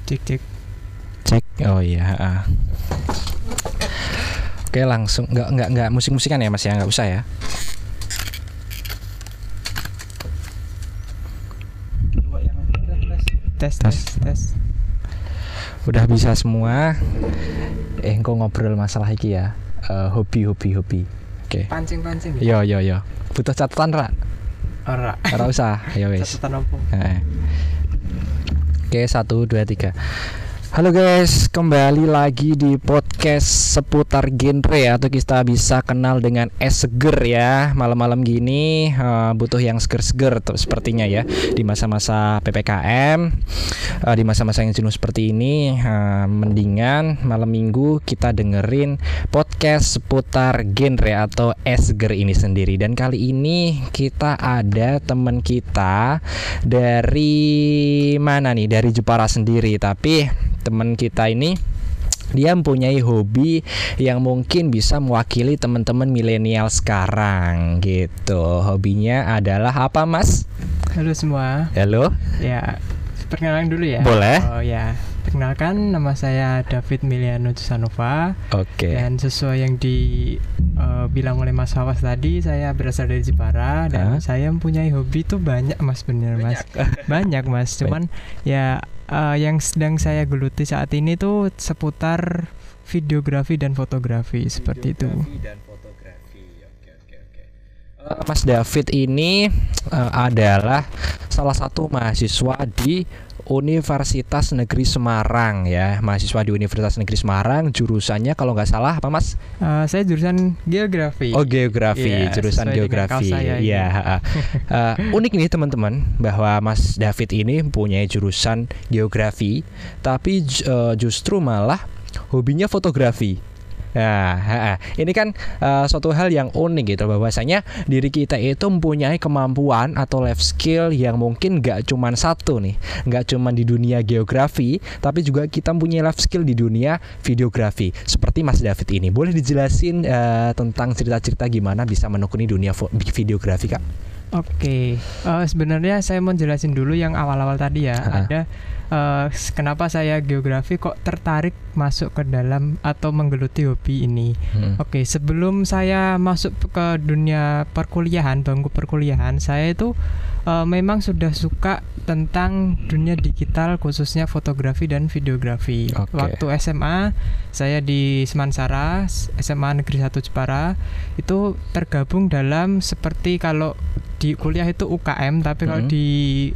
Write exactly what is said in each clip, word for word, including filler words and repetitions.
Cek cek. Cek. Oh iya. Uh. Oke langsung. Nggak nggak nggak musik-musikan ya Mas ya, nggak usah ya. Tes tes tes. Udah bisa semua. Eh engko ngobrol masalah iki ya. Uh, hobi hobi hobi. Oke. Pancing pancing. Yo yo yo. Butuh catatan ra? Ora. Ora usah. Ya wis. Catatan opo? Heeh. Oke, satu dua tiga. Halo guys, kembali lagi di podcast seputar genre atau kita bisa kenal dengan es seger ya. Malam-malam gini uh, butuh yang seger-seger sepertinya ya. Di masa-masa P P K M, uh, di masa-masa yang jenuh seperti ini, uh, mendingan malam minggu kita dengerin podcast seputar genre atau es seger ini sendiri. Dan kali ini kita ada teman kita dari mana nih? Dari Jepara sendiri, tapi teman kita ini dia mempunyai hobi yang mungkin bisa mewakili teman-teman milenial sekarang gitu. Hobinya adalah apa, Mas? Halo semua. Halo. Ya, perkenalan dulu ya. Boleh. Oh ya, perkenalkan nama saya David Miliano Jusanova. Oke. Okay. Dan sesuai yang dibilang uh, oleh Mas Hawas tadi, saya berasal dari Jepara dan huh? saya mempunyai hobi tuh banyak Mas, bener Mas. Banyak, banyak Mas. Cuman ya uh, yang sedang saya geluti saat ini tuh seputar videografi dan fotografi, videografi seperti itu. Dan fotografi. Oke oke oke. Uh, Mas David ini uh, adalah salah satu mahasiswa di Universitas Negeri Semarang ya, mahasiswa di Universitas Negeri Semarang. Jurusannya kalau nggak salah apa Mas? Uh, saya jurusan geografi. Oh geografi, yeah, sesuai jurusan geografi. Iya. uh, unik nih teman-teman bahwa Mas David ini mempunyai jurusan geografi, tapi uh, justru malah hobinya fotografi. Nah, ha, ha. ini kan uh, suatu hal yang unik gitu, bahwasanya diri kita itu mempunyai kemampuan atau life skill yang mungkin gak cuma satu nih, gak cuma di dunia geografi, tapi juga kita mempunyai life skill di dunia videografi. Seperti Mas David ini, boleh dijelasin uh, tentang cerita-cerita gimana bisa menekuni dunia fo- videografi, Kak? Oke, uh, sebenarnya saya mau jelasin dulu yang awal-awal tadi ya. Ha. Ada uh, kenapa saya geografi kok tertarik masuk ke dalam atau menggeluti hobi ini. Hmm. Oke, sebelum saya masuk ke dunia perkuliahan, bangku perkuliahan, saya itu uh, memang sudah suka tentang dunia digital, khususnya fotografi dan videografi. Okay. Waktu S M A saya di Semansara, S M A Negeri satu Jepara, itu tergabung dalam seperti kalau di kuliah itu U K M, tapi hmm. kalau di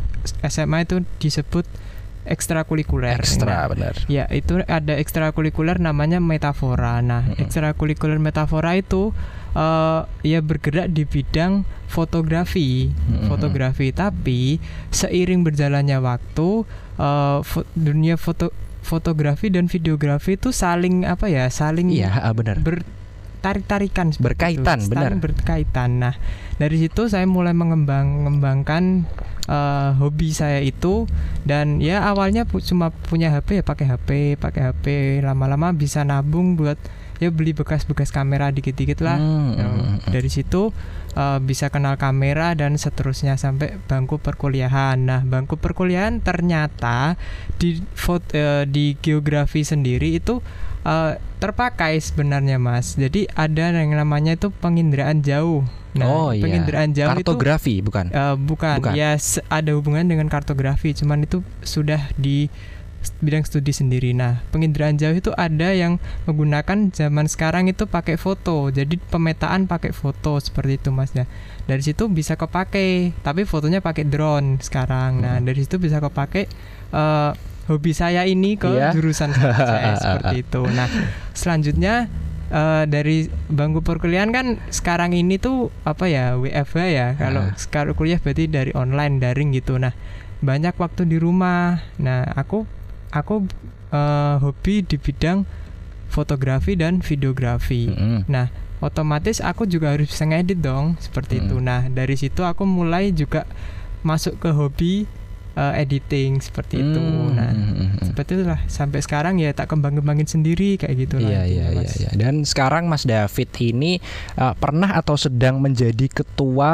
S M A itu disebut ekstrakurikuler. Ekstra, nah, benar. Ya, itu ada ekstrakurikuler namanya metafora. Nah, hmm. ekstrakurikuler metafora itu uh, ya bergerak di bidang fotografi, hmm. fotografi. Tapi seiring berjalannya waktu, uh, fo- dunia foto fotografi dan videografi itu saling apa ya? Saling iya, benar. Ber- tarik-tarikan berkaitan, itu, benar. berkaitan. Nah, dari situ saya mulai mengembang mengembangkan uh, hobi saya itu, dan ya awalnya pu- cuma punya H P ya pakai H P, pakai H P, lama-lama bisa nabung buat ya beli bekas-bekas kamera dikit-dikit lah. Hmm, nah, hmm, dari situ uh, bisa kenal kamera dan seterusnya sampai bangku perkuliahan. Nah, bangku perkuliahan ternyata di foto, uh, di geografi sendiri itu Uh, terpakai sebenarnya Mas. Jadi ada yang namanya itu penginderaan jauh. Nah, oh, iya. penginderaan jauh kartografi itu, bukan? Uh, bukan. bukan. Ya se- ada hubungan dengan kartografi, cuman itu sudah di bidang studi sendiri. Nah, penginderaan jauh itu ada yang menggunakan zaman sekarang itu pakai foto. Jadi pemetaan pakai foto seperti itu Mas ya. Dari situ bisa kepake, tapi fotonya pakai drone sekarang. Nah, hmm. dari situ bisa kepake uh, hobi saya ini ke yeah. jurusan saya seperti itu. Nah, selanjutnya uh, dari bangku perkuliahan kan sekarang ini tuh apa ya, W F H ya. Kalau uh. sekarang kuliah berarti dari online, daring gitu. Nah, banyak waktu di rumah. Nah, aku aku uh, hobi di bidang fotografi dan videografi. Mm-hmm. Nah, otomatis aku juga harus bisa ngedit dong, seperti mm. itu. Nah, dari situ aku mulai juga masuk ke hobi Uh, editing seperti hmm, itu. Nah, hmm, seperti itulah sampai sekarang ya tak kembang-kembangin sendiri kayak gitu lah. Iya iya iya iya. Dan sekarang Mas David ini uh, pernah atau sedang menjadi ketua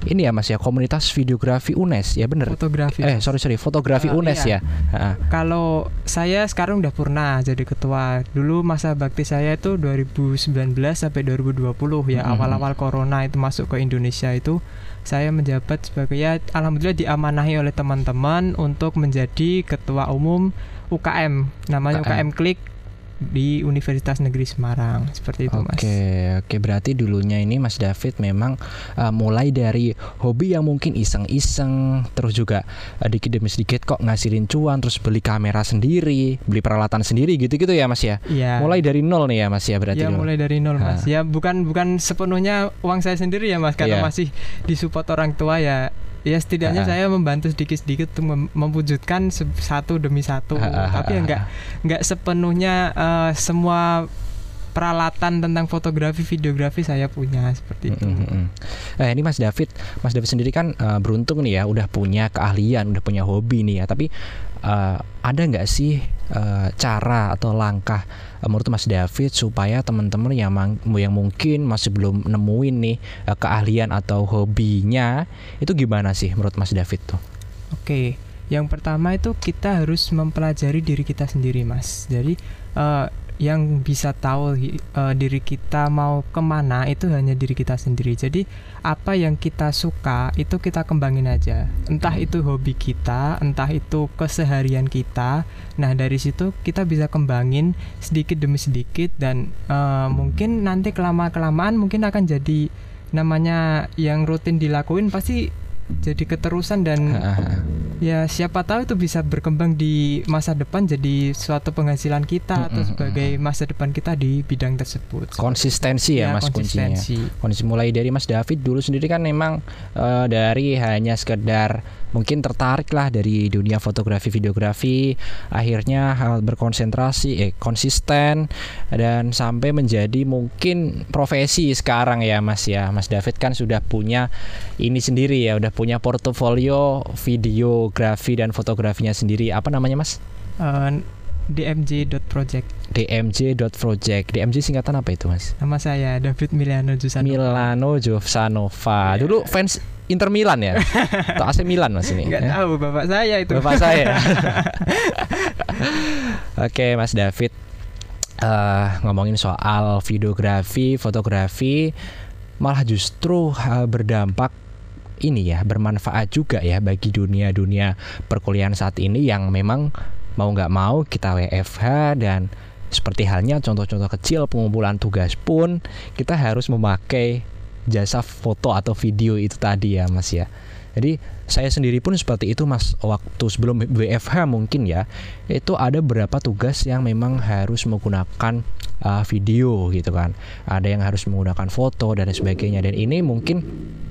ini ya Mas ya, komunitas videografi U N E S ya bener. Fotografi. Eh sorry sorry fotografi Uh, U N E S iya. ya. Ha. Kalau saya sekarang udah purna jadi ketua. Dulu masa bakti saya itu dua ribu sembilan belas sampai dua ribu dua puluh ya, Mm-hmm. awal-awal corona itu masuk ke Indonesia itu saya menjabat sebagai, ya alhamdulillah diamanahi oleh teman-teman untuk menjadi ketua umum U K M, namanya U K M, U K M Klik di Universitas Negeri Semarang, seperti itu Mas. Oke, oke berarti dulunya ini Mas David memang uh, mulai dari hobi yang mungkin iseng-iseng, terus juga uh, dikit demi sedikit kok ngasilin cuan, terus beli kamera sendiri, beli peralatan sendiri gitu-gitu ya Mas ya. Iya. Mulai dari nol nih ya Mas ya berarti. Ya dulu. mulai dari nol Mas. Ha. Ya bukan bukan sepenuhnya uang saya sendiri ya Mas, karena Iya. masih disupport orang tua ya. Ya setidaknya Ha. saya membantu sedikit-sedikit untuk mem- mewujudkan se- satu demi satu. Ha. Tapi ya nggak nggak sepenuhnya uh, semua peralatan tentang fotografi videografi saya punya seperti itu. Mm-hmm. Nah ini Mas David, Mas David sendiri kan uh, beruntung nih ya, udah punya keahlian, udah punya hobi nih ya. Tapi uh, ada nggak sih uh, cara atau langkah uh, menurut Mas David supaya teman-teman yang mang- yang mungkin masih belum nemuin nih uh, keahlian atau hobinya itu gimana sih menurut Mas David tuh? Oke, yang pertama itu kita harus mempelajari diri kita sendiri Mas. Jadi uh, yang bisa tahu uh, diri kita mau kemana itu hanya diri kita sendiri. Jadi apa yang kita suka itu kita kembangin aja. Entah itu hobi kita, entah itu keseharian kita. Nah dari situ kita bisa kembangin sedikit demi sedikit dan uh, mungkin nanti kelama-kelamaan mungkin akan jadi namanya yang rutin dilakuin pasti jadi keterusan dan ya siapa tahu itu bisa berkembang di masa depan jadi suatu penghasilan kita atau sebagai masa depan kita di bidang tersebut. Konsistensi ya, ya Mas konsistensi. kuncinya. Konsisten mulai dari Mas David dulu sendiri kan memang uh, dari hanya sekedar mungkin tertarik lah dari dunia fotografi videografi, akhirnya hal berkonsentrasi eh konsisten dan sampai menjadi mungkin profesi sekarang ya Mas ya. Mas David kan sudah punya ini sendiri ya, udah punya portofolio videografi dan fotografinya sendiri. Apa namanya Mas? Uh, D M J dot project. D M J dot project. D M J singkatan apa itu Mas? Nama saya David Milano Jusanova. Milano Jovsanova. Yeah. Dulu fans Inter Milan ya? Atau A C Milan Mas ini? Gak ya? Tahu, bapak saya itu. Bapak saya. Oke Mas David, uh, ngomongin soal videografi, fotografi, malah justru uh, berdampak ini ya, bermanfaat juga ya bagi dunia-dunia perkuliahan saat ini yang memang mau nggak mau kita W F H dan seperti halnya contoh-contoh kecil pengumpulan tugas pun kita harus memakai jasa foto atau video itu tadi ya Mas ya. Jadi saya sendiri pun seperti itu Mas, waktu sebelum W F H mungkin ya, itu ada beberapa tugas yang memang harus menggunakan uh, video gitu kan, ada yang harus menggunakan foto dan sebagainya, dan ini mungkin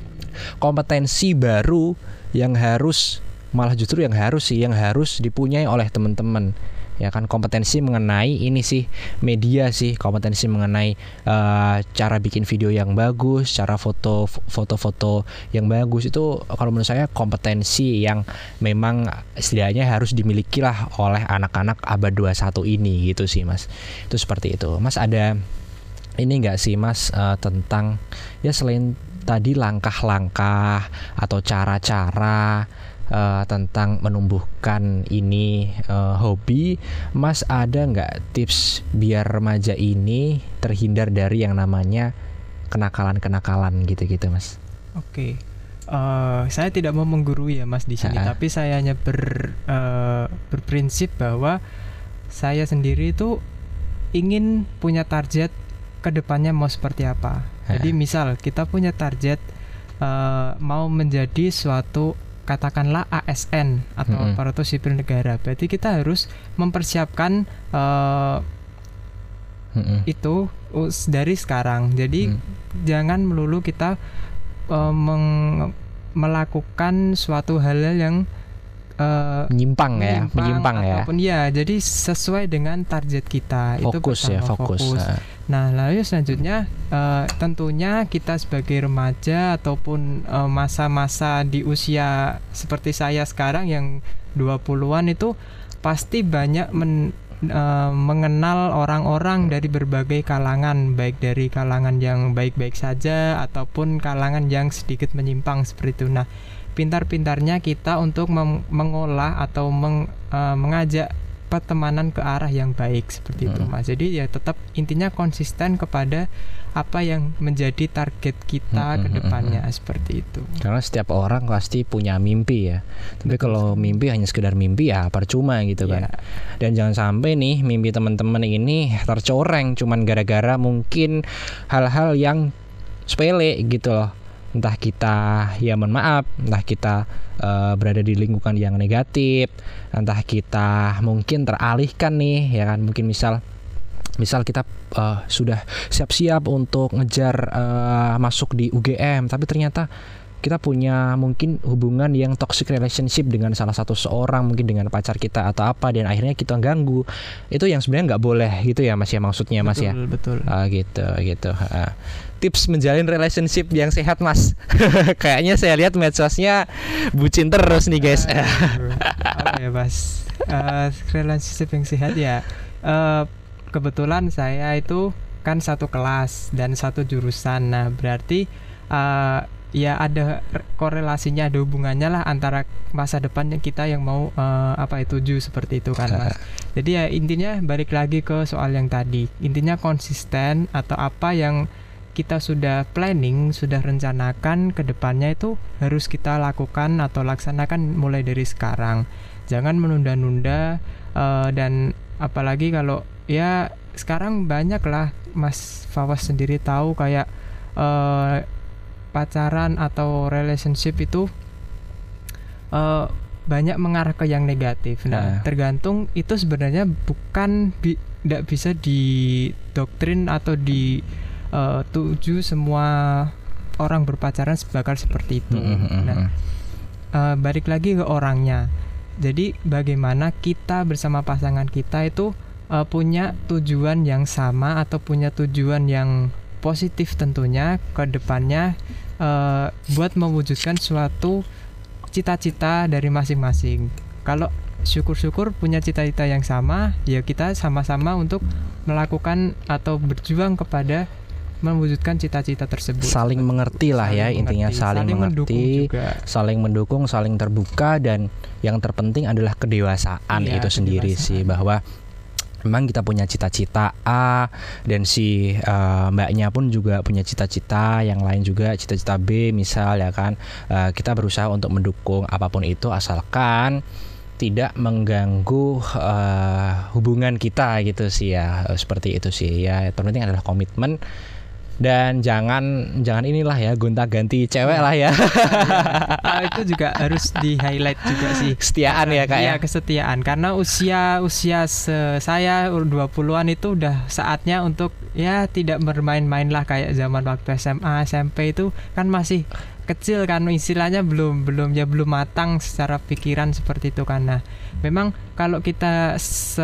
kompetensi baru yang harus, malah justru yang harus sih yang harus dipunyai oleh teman-teman ya kan, kompetensi mengenai ini sih media sih, kompetensi mengenai uh, cara bikin video yang bagus, cara foto foto-foto yang bagus, itu kalau menurut saya kompetensi yang memang setidaknya harus dimiliki lah oleh anak-anak abad dua puluh satu ini gitu sih Mas. Itu seperti itu Mas. Ada ini enggak sih Mas uh, tentang ya selain tadi langkah-langkah atau cara-cara Uh, tentang menumbuhkan ini uh, hobi, Mas ada nggak tips biar remaja ini terhindar dari yang namanya kenakalan-kenakalan gitu-gitu Mas? Oke, uh, saya tidak mau menggurui ya Mas di sini, Ha-ha. tapi saya hanya ber, uh, berprinsip bahwa saya sendiri itu ingin punya target kedepannya mau seperti apa. Ha-ha. Jadi misal kita punya target uh, mau menjadi suatu katakanlah A S N atau Mm-hmm. aparatur sipil negara, berarti kita harus mempersiapkan uh, Mm-mm. itu us- dari sekarang. Jadi Mm. jangan melulu kita uh, meng- melakukan suatu hal yang uh, menyimpang ya, menyimpang ya. ataupun ya, jadi sesuai dengan target kita. Fokus itu ya, pertama, fokus. Ha. Nah, lalu selanjutnya uh, tentunya kita sebagai remaja ataupun uh, masa-masa di usia seperti saya sekarang yang dua puluhan itu pasti banyak men, uh, mengenal orang-orang dari berbagai kalangan, baik dari kalangan yang baik-baik saja ataupun kalangan yang sedikit menyimpang seperti itu. Nah, pintar-pintarnya kita untuk mem- mengolah atau meng, uh, mengajak pertemanan ke arah yang baik seperti hmm. itu, Mas. Jadi ya tetap intinya konsisten kepada apa yang menjadi target kita hmm, ke depannya hmm, hmm. seperti itu. Karena setiap orang pasti punya mimpi ya. Tapi kalau mimpi hanya sekedar mimpi ya percuma gitu kan. Yeah. Dan jangan sampai nih mimpi teman-teman ini tercoreng cuman gara-gara mungkin hal-hal yang sepele gitu loh. Entah kita, ya mohon maaf, entah kita uh, berada di lingkungan yang negatif, entah kita mungkin teralihkan nih, ya kan, mungkin misal misal kita uh, sudah siap-siap untuk ngejar uh, masuk di U G M, tapi ternyata kita punya mungkin hubungan yang toxic relationship dengan salah satu seorang, mungkin dengan pacar kita atau apa, dan akhirnya kita ganggu. Itu yang sebenarnya nggak boleh gitu ya Mas ya, maksudnya Mas betul, ya. Betul. Uh, gitu gitu. Uh. Tips menjalin relationship yang sehat Mas. Kayaknya saya lihat medsosnya bucin terus nih guys. Uh, apa ya Mas? Uh, relationship yang sehat ya. Uh, kebetulan saya itu kan satu kelas dan satu jurusan. Nah berarti uh, ya ada korelasinya, ada hubungannya lah antara masa depannya kita yang mau uh, apa itu tuju seperti itu kan Mas. Jadi ya intinya balik lagi ke soal yang tadi. Intinya konsisten atau apa yang kita sudah planning, sudah rencanakan ke depannya itu harus kita lakukan atau laksanakan mulai dari sekarang. Jangan menunda-nunda uh, dan apalagi kalau ya sekarang banyak lah Mas Fawas sendiri tahu kayak uh, pacaran atau relationship itu uh, banyak mengarah ke yang negatif. Nah, nah. tergantung itu sebenarnya bukan tidak bi- bisa didoktrin atau di uh, tuju semua orang berpacaran bakal seperti itu. Mm-hmm. Nah, uh, balik lagi ke orangnya. Jadi bagaimana kita bersama pasangan kita itu uh, punya tujuan yang sama atau punya tujuan yang positif tentunya ke depannya uh, buat mewujudkan suatu cita-cita dari masing-masing. Kalau syukur-syukur punya cita-cita yang sama, ya kita sama-sama untuk melakukan atau berjuang kepada mewujudkan cita-cita tersebut. Saling mengerti lah ya, saling intinya mengerti, saling, saling mengerti, mendukung saling mendukung, saling terbuka, dan yang terpenting adalah kedewasaan ya, itu kedewasaan. Sendiri sih, bahwa memang kita punya cita-cita A dan si uh, mbaknya pun juga punya cita-cita yang lain juga, cita-cita B misal ya kan. Uh, kita berusaha untuk mendukung apapun itu asalkan tidak mengganggu uh, hubungan kita gitu sih ya. Uh, seperti itu sih ya. Terpenting adalah komitmen. Dan jangan jangan inilah ya gonta-ganti cewek lah ya. Nah, itu juga harus di highlight juga sih. Kesetiaan ya Kak ya. Iya, kesetiaan. Karena usia usia se- saya dua puluhan itu udah saatnya untuk ya tidak bermain-main lah kayak zaman waktu S M A, S M P itu kan masih kecil kan, istilahnya belum belum ya belum matang secara pikiran seperti itu kan. Nah, memang kalau kita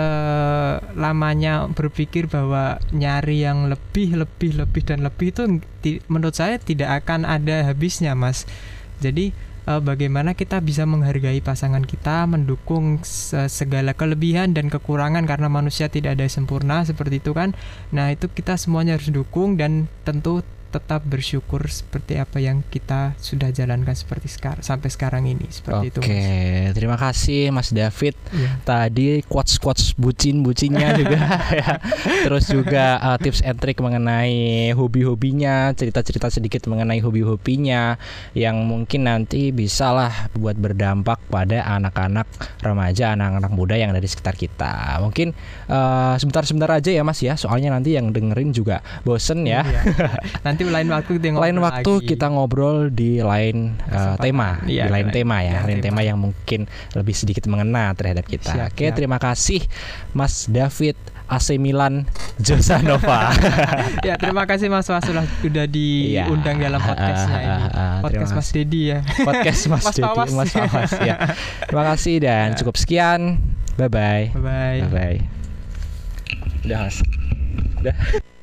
selamanya berpikir bahwa nyari yang lebih lebih lebih dan lebih itu ti- menurut saya tidak akan ada habisnya Mas. Jadi eh, bagaimana kita bisa menghargai pasangan kita, mendukung se- segala kelebihan dan kekurangan karena manusia tidak ada yang sempurna seperti itu kan. Nah, itu kita semuanya harus dukung dan tentu tetap bersyukur seperti apa yang kita sudah jalankan seperti sekarang sampai sekarang ini seperti Oke, itu. Oke, terima kasih Mas David. Ya. Tadi quotes-quotes bucin-bucinnya juga ya. Terus juga uh, tips and trick mengenai hobi-hobinya, cerita-cerita sedikit mengenai hobi-hobinya yang mungkin nanti bisalah buat berdampak pada anak-anak remaja, anak-anak muda yang ada di sekitar kita. Mungkin uh, sebentar-sebentar aja ya Mas ya, soalnya nanti yang dengerin juga bosen ya. Iya. Nanti lain waktu kita lain waktu lagi. kita ngobrol di lain uh, tema, ya, di lain tema ya, ya lain tema. tema yang mungkin lebih sedikit mengena terhadap kita. Siap, Oke, siap. Terima kasih Mas David A C Milan Josanova. Ya, terima kasih Mas Was sudah sudah diundang ya, dalam podcastnya ini. Uh, uh, uh, podcast Mas Dedi ya. Podcast Mas, Mas Dedi, Mas Fawas ya. Terima kasih dan ya. Cukup sekian. Bye bye. Bye bye. Bye bye. Udah Mas. Udah.